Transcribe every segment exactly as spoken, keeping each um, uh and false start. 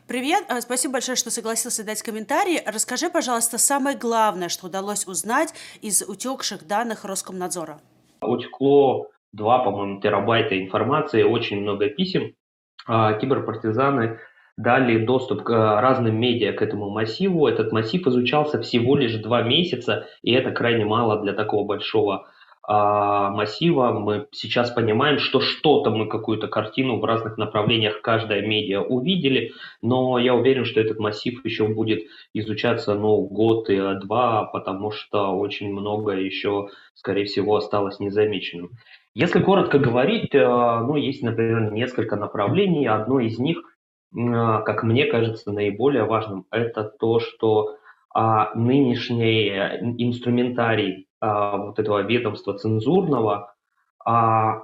Привет, а, спасибо большое, что согласился дать комментарий. Расскажи, пожалуйста, самое главное, что удалось узнать из утекших данных Роскомнадзора. Утекло два, по-моему, терабайта информации, очень много писем. А, Киберпартизаны дали доступ к а, разным медиа к этому массиву. Этот массив изучался всего лишь два месяца, и это крайне мало для такого большого а, массива. Мы сейчас понимаем, что что-то мы, какую-то картину в разных направлениях каждая медиа увидели, но я уверен, что этот массив еще будет изучаться, ну, год и два, потому что очень многое еще, скорее всего, осталось незамеченным. Если коротко говорить, э, ну, есть, например, несколько направлений. Одно из них, м, э, как мне кажется, наиболее важным, это то, что а, нынешний э, инструментарий а, вот этого ведомства цензурного, а,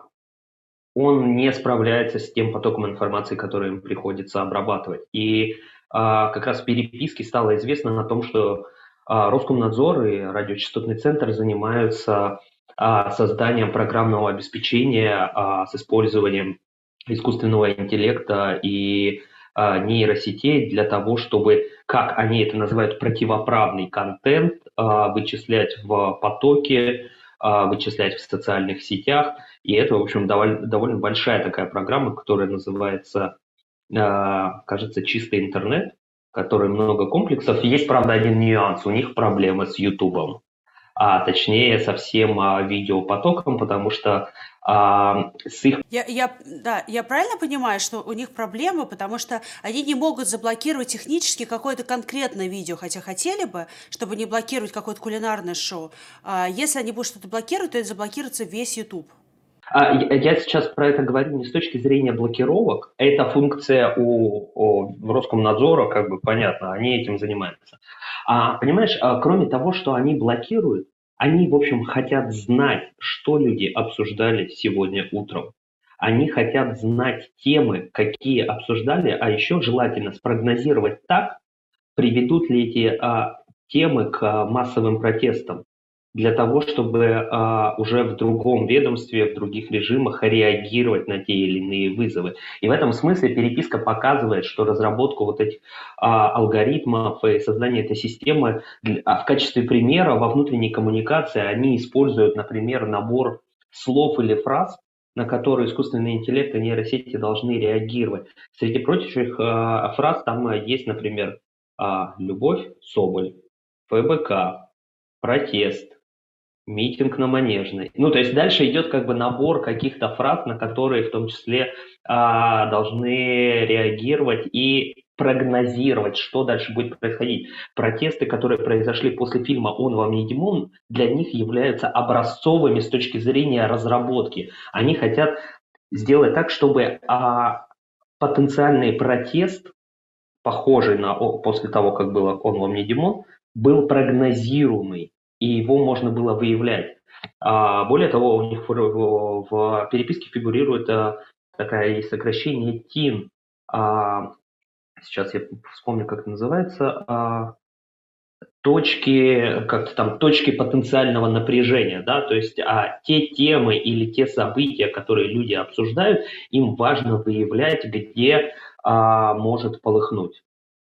он не справляется с тем потоком информации, который им приходится обрабатывать. И а, как раз в переписке стало известно о том, что а, Роскомнадзор и радиочастотный центр занимаются а, созданием программного обеспечения а, с использованием искусственного интеллекта и а, нейросетей для того, чтобы, как они это называют, противоправный контент а, вычислять в потоке, а, вычислять в социальных сетях. И это, в общем, довольно, довольно большая такая программа, которая называется, а, кажется, «Чистый интернет», в которой много комплексов. Есть, правда, один нюанс. У них проблемы с Ютубом, а точнее со всем а, видеопотоком, потому что а, с их Я, я, да, я правильно понимаю, что у них проблемы, потому что они не могут заблокировать технически какое-то конкретное видео, хотя хотели бы, чтобы не блокировать какое-то кулинарное шоу. А если они будут что-то блокировать, то это заблокируется весь YouTube. А, Я я сейчас про это говорю не с точки зрения блокировок. Это функция у, у Роскомнадзора, как бы понятно, они этим занимаются. А, понимаешь, а, кроме того, что они блокируют, они, в общем, хотят знать, что люди обсуждали сегодня утром. Они хотят знать темы, какие обсуждали, а еще желательно спрогнозировать так, приведут ли эти а, темы к а, массовым протестам, для того, чтобы а, уже в другом ведомстве, в других режимах реагировать на те или иные вызовы. И в этом смысле переписка показывает, что разработку вот этих а, алгоритмов и создание этой системы для- а в качестве примера во внутренней коммуникации они используют, например, набор слов или фраз, на которые искусственный интеллект и нейросети должны реагировать. Среди прочих а, фраз там а, есть, например, а, «любовь, Соболь», «эф бэ ка», «протест», «митинг на Манежной». Ну, то есть дальше идет как бы набор каких-то фраз, на которые в том числе а, должны реагировать и прогнозировать, что дальше будет происходить. Протесты, которые произошли после фильма «Он вам не Димон», для них являются образцовыми с точки зрения разработки. Они хотят сделать так, чтобы а, потенциальный протест, похожий на о- после того, как было «Он вам не Димон», был прогнозируемый, и его можно было выявлять. А, более того, у них в, в- в переписке фигурирует а, такая есть сокращение ТИН. А, сейчас я вспомню, как это называется. А, точки, как-то там, точки потенциального напряжения, да, то есть а, те темы или те события, которые люди обсуждают, им важно выявлять, где а, может полыхнуть.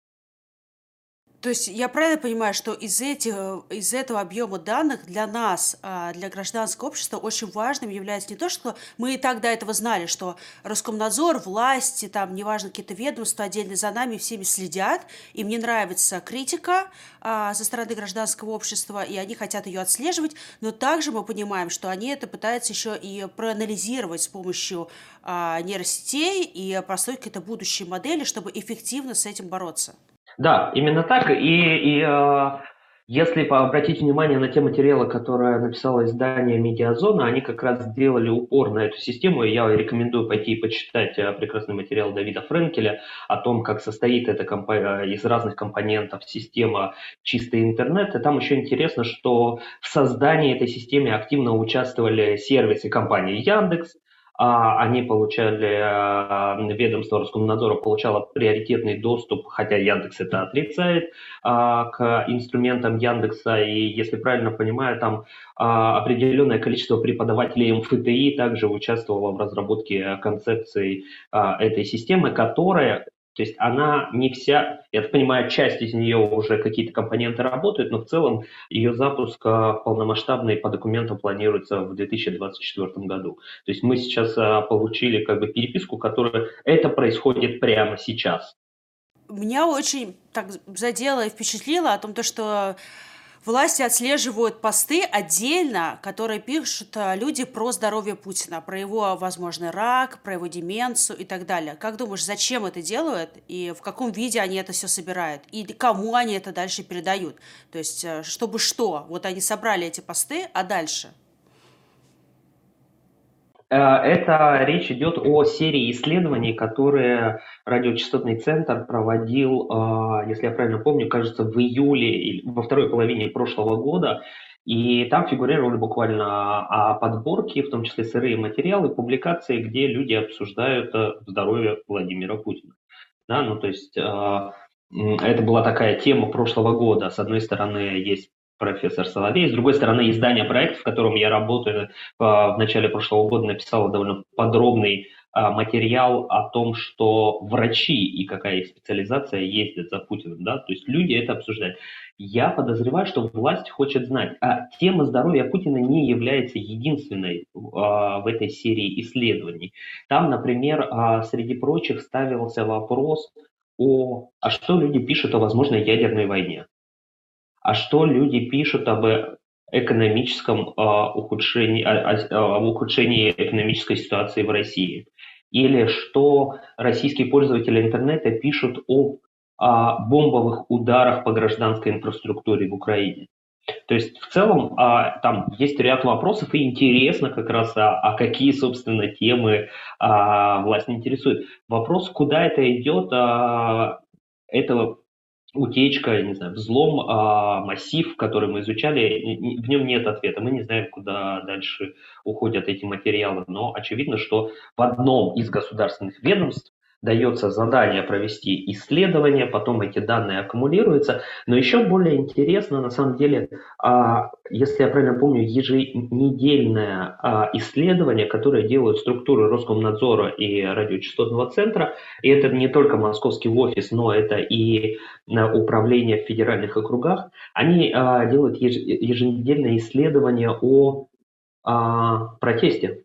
То есть я правильно понимаю, что из этих, э, из этого объема данных для нас, а, для гражданского общества, очень важным является не то, что мы и так до этого знали, что Роскомнадзор, власти, там, неважно, какие-то ведомства отдельно за нами всеми следят, им не нравится критика а, со стороны гражданского общества, и они хотят ее отслеживать, но также мы понимаем, что они это пытаются еще и проанализировать с помощью а, нейросетей и построить какие-то будущие модели, чтобы эффективно с этим бороться. Да, именно так. И, и э, если по- обратить внимание на те материалы, которые написало издание «Медиазона», они как раз сделали упор на эту систему. И я рекомендую пойти и почитать э, прекрасный материал Давида Френкеля о том, как состоит эта компа- э, из разных компонентов система «Чистый интернет». И там еще интересно, что в создании этой системы активно участвовали сервисы компании Яндекс. А, Они получали, а, ведомство Роскомнадзора получало приоритетный доступ, хотя Яндекс это отрицает, а, к инструментам Яндекса. И, если правильно понимаю, там а, определенное количество преподавателей эм эф тэ и также участвовало в разработке концепции а, этой системы, которая То есть она не вся, я так понимаю, часть из нее уже какие-то компоненты работают, но в целом ее запуск а, полномасштабный по документам планируется в две тысячи двадцать четвёртом году. То есть мы сейчас а, получили как бы переписку, которая это происходит прямо сейчас. Меня очень так задело и впечатлило о том, то, что власти отслеживают посты отдельно, которые пишут а, люди про здоровье Путина, про его возможный рак, про его деменцию и так далее. Как думаешь, зачем это делают и в каком виде они это все собирают? И кому они это дальше передают? То есть, э, чтобы что? Вот они собрали эти посты, а дальше? Э, Это речь идет о серии исследований, которые радиочастотный центр проводил, а, если я правильно помню, кажется, в июле или во второй половине прошлого года. И там фигурировали буквально а, подборки, в том числе сырые материалы, публикации, где люди обсуждают э, здоровье Владимира Путина. Да, ну то есть а, м, это была такая тема прошлого года. С одной стороны, есть профессор Соловей, с другой стороны, издание проекта, в котором я работаю, а, в начале прошлого года написало довольно подробный а, материал о том, что врачи и какая их специализация ездят за Путиным, да, то есть люди это обсуждают. Я подозреваю, что власть хочет знать, а тема здоровья Путина не является единственной а, в этой серии исследований. Там, например, а, среди прочих ставился вопрос о, а что люди пишут о возможной ядерной войне, а что люди пишут об э- экономическом а, ухудшении, о- о- об ухудшении экономической ситуации в России, или что российские пользователи интернета пишут об а, бомбовых ударах по гражданской инфраструктуре в Украине. То есть в целом а, там есть ряд вопросов, и интересно как раз, а, а какие, собственно, темы а, власть интересует. Вопрос, куда это идет, а, это утечка, я не знаю, взлом, а, массив, который мы изучали, н- н- в нем нет ответа. Мы не знаем, куда дальше уходят эти материалы, но очевидно, что в одном из государственных ведомств дается задание провести исследование, потом эти данные аккумулируются. Но еще более интересно, на самом деле, а, если я правильно помню, еженедельное а, исследование, которое делают структуры Роскомнадзора и радиочастотного центра, и это не только московский офис, но это и на управление в федеральных округах, они а, делают еж- еженедельное исследование о а, протесте,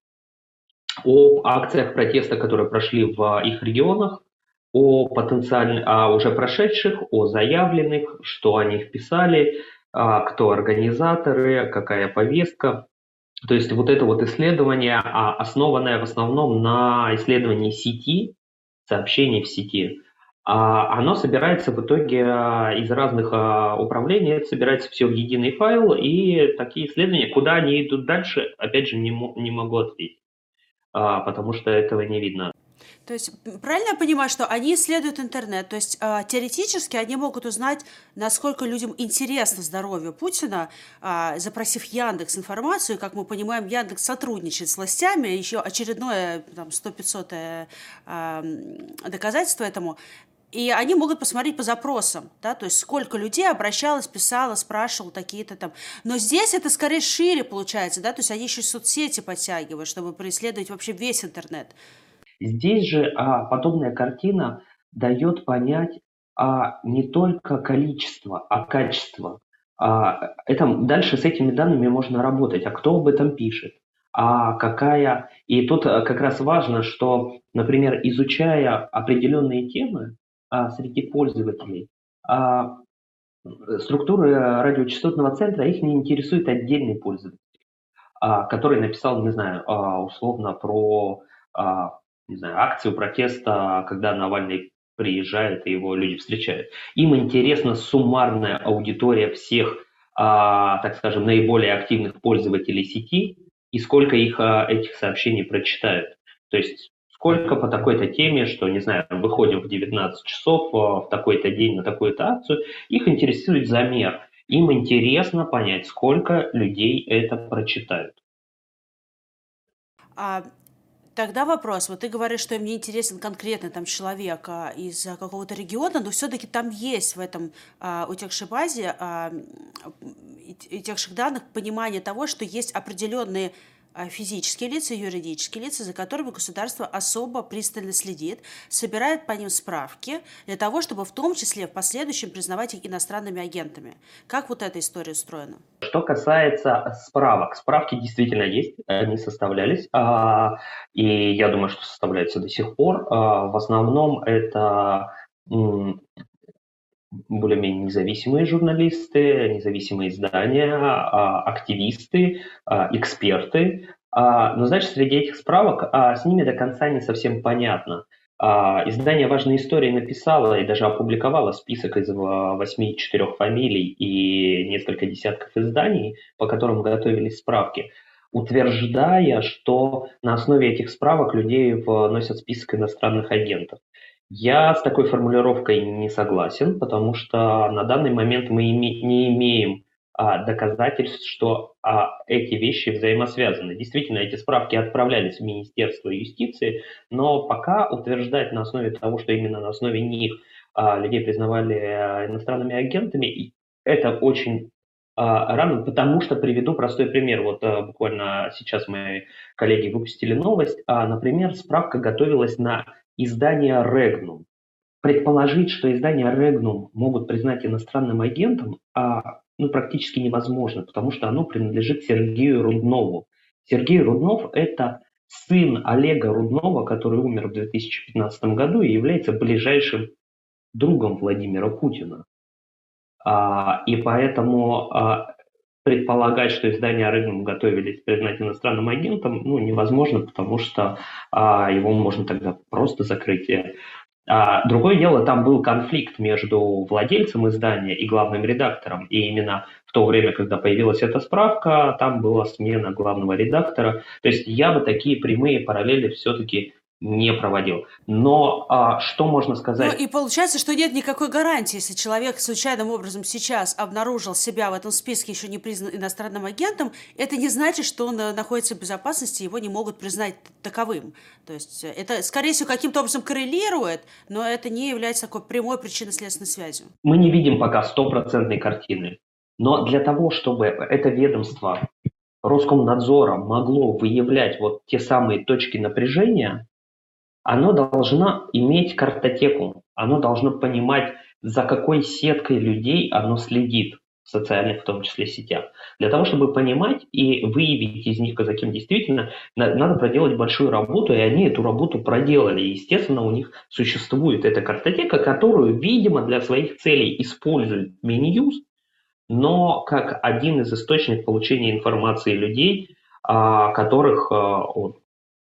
о акциях протеста, которые прошли в их регионах, о потенциальных, о уже прошедших, о заявленных, что они вписали, а, кто организаторы, какая повестка. То есть вот это вот исследование, а, основанное в основном на исследовании сети, сообщений в сети, а, оно собирается в итоге а, из разных а, управлений, это собирается все в единый файл, и такие исследования, куда они идут дальше, опять же, не, мо- не могу ответить, а, потому что этого не видно. То есть, м, правильно я понимаю, что они исследуют интернет? То есть, а, теоретически они могут узнать, насколько людям интересно здоровье Путина, а, запросив Яндекс информацию. Как мы понимаем, Яндекс сотрудничает с властями. Еще очередное там сто-пятьсот доказательство этому. И они могут посмотреть по запросам, да, то есть сколько людей обращалось, писало, спрашивало такие-то там. Но здесь это скорее шире получается, да, то есть они еще и соцсети подтягивают, чтобы преследовать вообще весь интернет. Здесь же а, подобная картина дает понять а, не только количество, а качество. А, это, дальше с этими данными можно работать. А кто об этом пишет? А какая... И тут а, как раз важно, что, например, изучая определенные темы а, среди пользователей, а, структуры радиочастотного центра, их не интересует отдельный пользователь, а, который написал, не знаю, а, условно про, а, не знаю, акцию протеста, когда Навальный приезжает и его люди встречают. Им интересна суммарная аудитория всех, а, так скажем, наиболее активных пользователей сети и сколько их а, этих сообщений прочитают. То есть сколько по такой-то теме, что, не знаю, выходим в девятнадцать часов а, в такой-то день на такую-то акцию, их интересует замер. Им интересно понять, сколько людей это прочитают. А тогда вопрос, вот ты говоришь, что им не интересен конкретно там человек а, из а, какого-то региона, но все-таки там есть в этом а, утекшей базе, а, м, и- и утекших данных понимание того, что есть определенные а, физические лица и юридические лица, за которыми государство особо пристально следит, собирает по ним справки для того, чтобы в том числе в последующем признавать их иностранными агентами. Как вот эта история устроена? Что касается справок, справки действительно есть, они составлялись, а, и я думаю, что составляются до сих пор. А, в основном это м, более-менее независимые журналисты, независимые издания, а, активисты, а, эксперты. А, Но, знаешь, среди этих справок а, с ними до конца не совсем понятно. А, Издание «Важные истории» написало и даже опубликовало список из а, восьми четырех фамилий и несколько десятков изданий, по которым готовились справки, утверждая, что на основе этих справок людей вносят в список иностранных агентов. Я с такой формулировкой не согласен, потому что на данный момент мы име- не имеем а, доказательств, что а, эти вещи взаимосвязаны. Действительно, эти справки отправлялись в Министерство юстиции, но пока утверждать на основе того, что именно на основе них а, людей признавали а, иностранными агентами, и это очень а, рано, потому что приведу простой пример. Вот а, буквально сейчас мои коллеги выпустили новость. А, например, справка готовилась на издание Regnum. Предположить, что издание Regnum могут признать иностранным агентом, а, ну, практически невозможно, потому что оно принадлежит Сергею Руднову. Сергей Руднов – это сын Олега Руднова, который умер в две тысячи пятнадцатом году и является ближайшим другом Владимира Путина. А, и поэтому а, предполагать, что издания Regnum готовились признать иностранным агентом, ну, невозможно, потому что а, его можно тогда просто закрыть. А, другое дело, там был конфликт между владельцем издания и главным редактором. И именно в то время, когда появилась эта справка, там была смена главного редактора. То есть я бы такие прямые параллели все-таки не проводил. Но а, что можно Ну сказать? и получается, что нет никакой гарантии, если человек случайным образом сейчас обнаружил себя в этом списке, еще не признан иностранным агентом, это не значит, что он э, находится в безопасности, его не могут признать таковым. То есть э, это, скорее всего, каким-то образом коррелирует, но это не является такой прямой причинно-следственной связью. Мы не видим пока стопроцентной картины. Но для того, чтобы это ведомство Роскомнадзора могло выявлять вот те самые точки напряжения, оно должно иметь картотеку, оно должно понимать, за какой сеткой людей оно следит, в социальных в том числе сетях. Для того, чтобы понимать и выявить из них, за кем действительно, на- надо проделать большую работу, и они эту работу проделали. И, естественно, у них существует эта картотека, которую, видимо, для своих целей использует Минюст, но как один из источников получения информации людей, а, которых а, он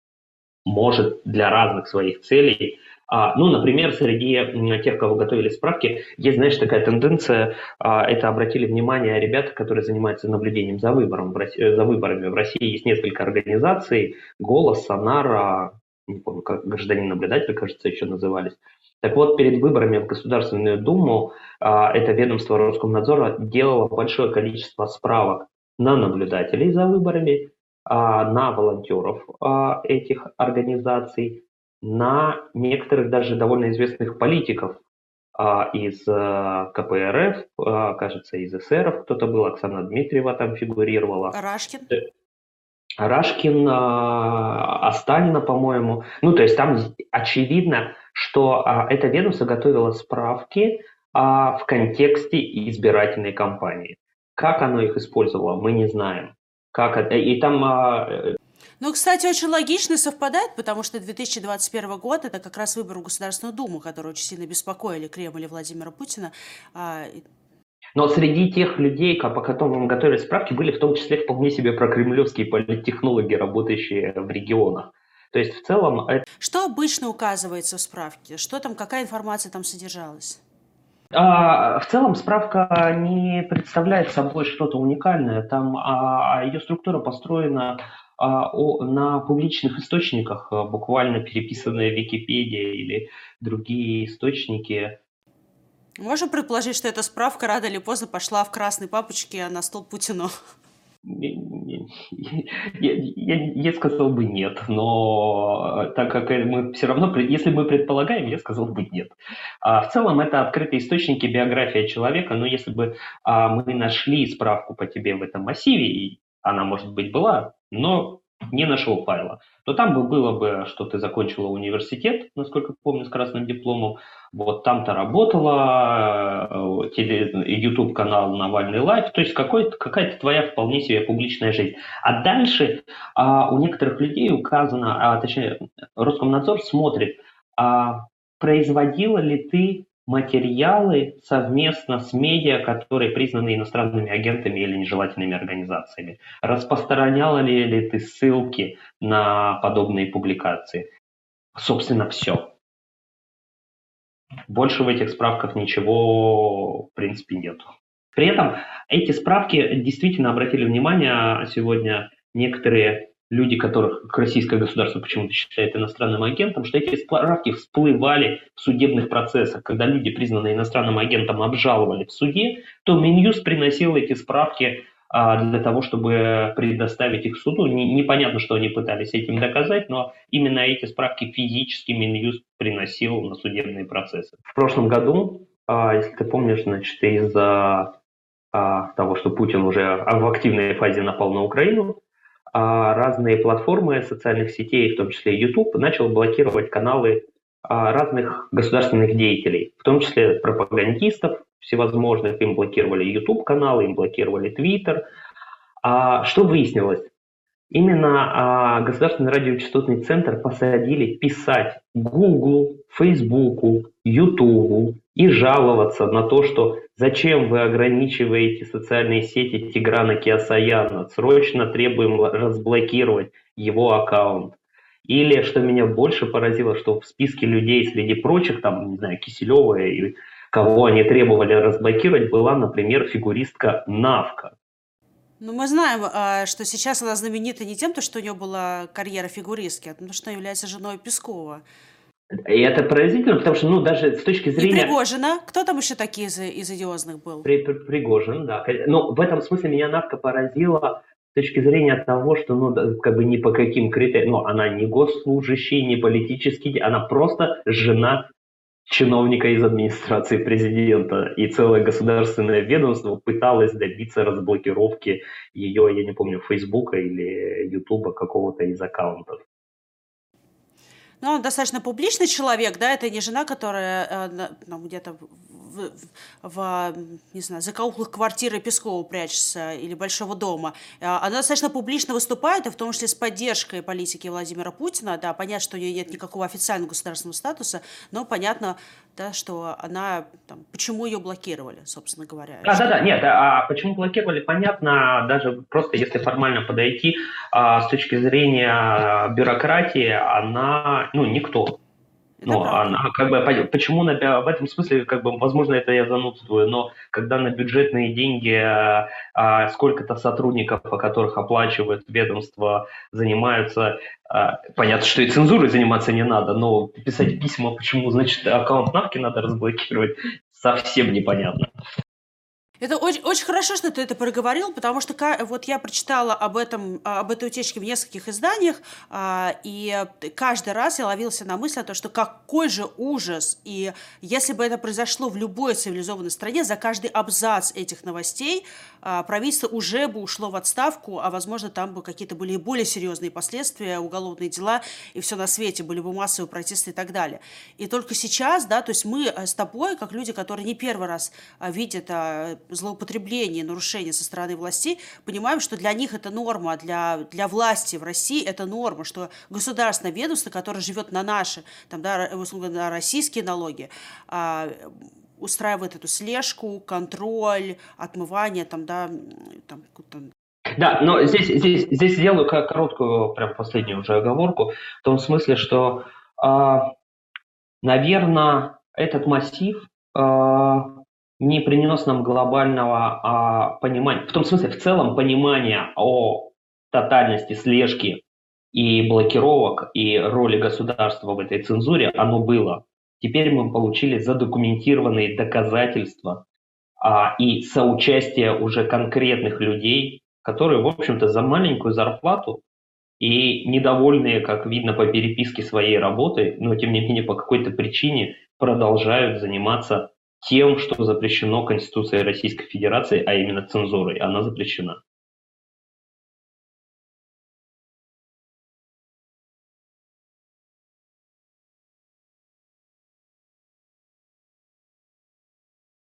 может для разных своих целей. А, ну, например, среди м, тех, кого готовили справки, есть, знаешь, такая тенденция, а, это обратили внимание ребята, которые занимаются наблюдением за, выбором в России, э, за выборами. В России есть несколько организаций, «Голос», «Сонара», не помню, как «Гражданин-наблюдатель», кажется, еще назывались. Так вот, перед выборами в Государственную Думу а, это ведомство Роскомнадзора делало большое количество справок на наблюдателей за выборами, а, на волонтеров а, этих организаций, на некоторых даже довольно известных политиков а, из а, ка пэ эр эф, а, кажется, из эс эр эф кто-то был, Оксана Дмитриева там фигурировала, Рашкин? э, Рашкин, а, Останина, по-моему. Ну, то есть там очевидно, что а, это ведомство готовило справки а, в контексте избирательной кампании. Как оно их использовало, мы не знаем. Как это, и там а, э, Ну, кстати, очень логично совпадает, потому что две тысячи двадцать первый год– это как раз выборы в Государственную Думу, которые очень сильно беспокоили Кремль и Владимира Путина. А, и- Но среди тех людей, ко- по которым готовили справки, были в том числе вполне себе прокремлевские политтехнологи, работающие в регионах. То есть в целом это, Что обычно указывается в справке? Что там, какая информация там содержалась? а, в целом справка не представляет собой что-то уникальное. Там а, а ее структура построена а, о- на публичных источниках, а, буквально переписанная Википедия или другие источники. Можем предположить, что эта справка рано или поздно пошла в красной папочке на стол Путину. Не- не- Я, я- я сказал бы нет, но э, так как э, мы все равно, пред- если мы предполагаем, я сказал бы нет. А в целом это открытые источники, биография человека, но если бы а, мы нашли справку по тебе в этом массиве, и она, может быть, была, но не нашел файла, то там бы было бы, что ты закончила университет, насколько помню, с красным дипломом, вот там-то работала, э, теле- YouTube-канал Навальный Лайф, то есть какой-то, какая-то твоя вполне себе публичная жизнь. А дальше а, у некоторых людей указано, а, точнее, Роскомнадзор смотрит, а, производила ли ты материалы совместно с медиа, которые признаны иностранными агентами или нежелательными организациями. Распространяла ли, ли ты ссылки на подобные публикации? Собственно, все. Больше в этих справках ничего, в принципе, нет. При этом эти справки действительно обратили внимание сегодня некоторые люди, которых российское государство почему-то считает иностранным агентом, что эти справки всплывали в судебных процессах. Когда люди, признанные иностранным агентом, обжаловали в суде, то Минюст приносил эти справки а, для того, чтобы предоставить их суду. Не- непонятно, что они пытались этим доказать, но именно эти справки физически Минюст приносил на судебные процессы. В прошлом году, а, если ты помнишь, значит, из-за а, того, что Путин уже в активной фазе напал на Украину, а разные платформы социальных сетей, в том числе YouTube, начал блокировать каналы а, разных государственных деятелей, в том числе пропагандистов всевозможных. Им блокировали YouTube-каналы, им блокировали Twitter. А что выяснилось? Именно а, Государственный радиочастотный центр посадили писать Гуглу, Фейсбуку, Ютубу и жаловаться на то, что зачем вы ограничиваете социальные сети Тиграна Кеосаяна, срочно требуем разблокировать его аккаунт. Или, что меня больше поразило, что в списке людей среди прочих, там, не знаю, Киселева и кого они требовали разблокировать, была, например, фигуристка Навка. Ну, мы знаем, а, что сейчас она знаменита не тем, то, что у нее была карьера фигуристки, а потому что она является женой Пескова. И это поразительно, потому что, ну, даже с точки И зрения Пригожина. Кто там еще такие из, из одиозных был? При, При- Пригожин, да. Но в этом смысле меня Навка поразила с точки зрения того, что, ну, да, как бы ни по каким критериям, ну, она не госслужащий, не политический, она просто жена чиновника из администрации президента. И целое государственное ведомство пыталось добиться разблокировки ее, я не помню, Фейсбука или Ютуба, какого-то из аккаунтов. Ну, он достаточно публичный человек, да, это не жена, которая э, на- там где-то в, в- в, не знаю, закоулках квартиры Пескова прячется или Большого дома. Э, Она достаточно публично выступает, и в том числе с поддержкой политики Владимира Путина, да, понятно, что у нее нет никакого официального государственного статуса, но понятно, да, что она, там, почему ее блокировали, собственно говоря, Да, да, да, что нет, а почему блокировали, понятно, даже просто если формально подойти, а, с точки зрения бюрократии, она, ну, никто. это Ну, правда. она как бы, по- почему на, бя- в этом смысле, как бы, возможно, это я занудствую, но когда на бюджетные деньги а, а, сколько-то сотрудников, о которых оплачивают ведомство, занимаются, а, понятно, что и цензурой заниматься не надо, но писать письма, почему, значит, аккаунт Навки надо разблокировать, совсем непонятно. Это очень, очень хорошо, что ты это проговорил, потому что ка- вот я прочитала об этом, а, об этой утечке в нескольких изданиях, а, и каждый раз я ловился на мысли о том, что какой же ужас, и если бы это произошло в любой цивилизованной стране, за каждый абзац этих новостей а, правительство уже бы ушло в отставку, а возможно там бы какие-то были и более серьезные последствия, уголовные дела, и все на свете, были бы массовые протесты и так далее. И только сейчас, да, то есть мы э, с тобой, как люди, которые не первый раз а, видят а, злоупотребление, нарушение со стороны властей, понимаем, что для них это норма, для, для власти в России это норма, что государственное ведомство, которое живет на наши, там, да, условно, на российские налоги, а, устраивает эту слежку, контроль, отмывание, там, да, там, Да, но здесь, здесь, здесь сделаю ко- короткую, прям последнюю уже оговорку, в том смысле, что, наверное, этот массив а, не принес нам глобального а, понимания, в том смысле, в целом понимания о тотальности слежки и блокировок и роли государства в этой цензуре, оно было. Теперь мы получили задокументированные доказательства а, и соучастие уже конкретных людей, которые, в общем-то, за маленькую зарплату и недовольные, как видно по переписке своей работы, но тем не менее по какой-то причине продолжают заниматься тем, что запрещено Конституцией Российской Федерации, а именно цензурой. Она запрещена.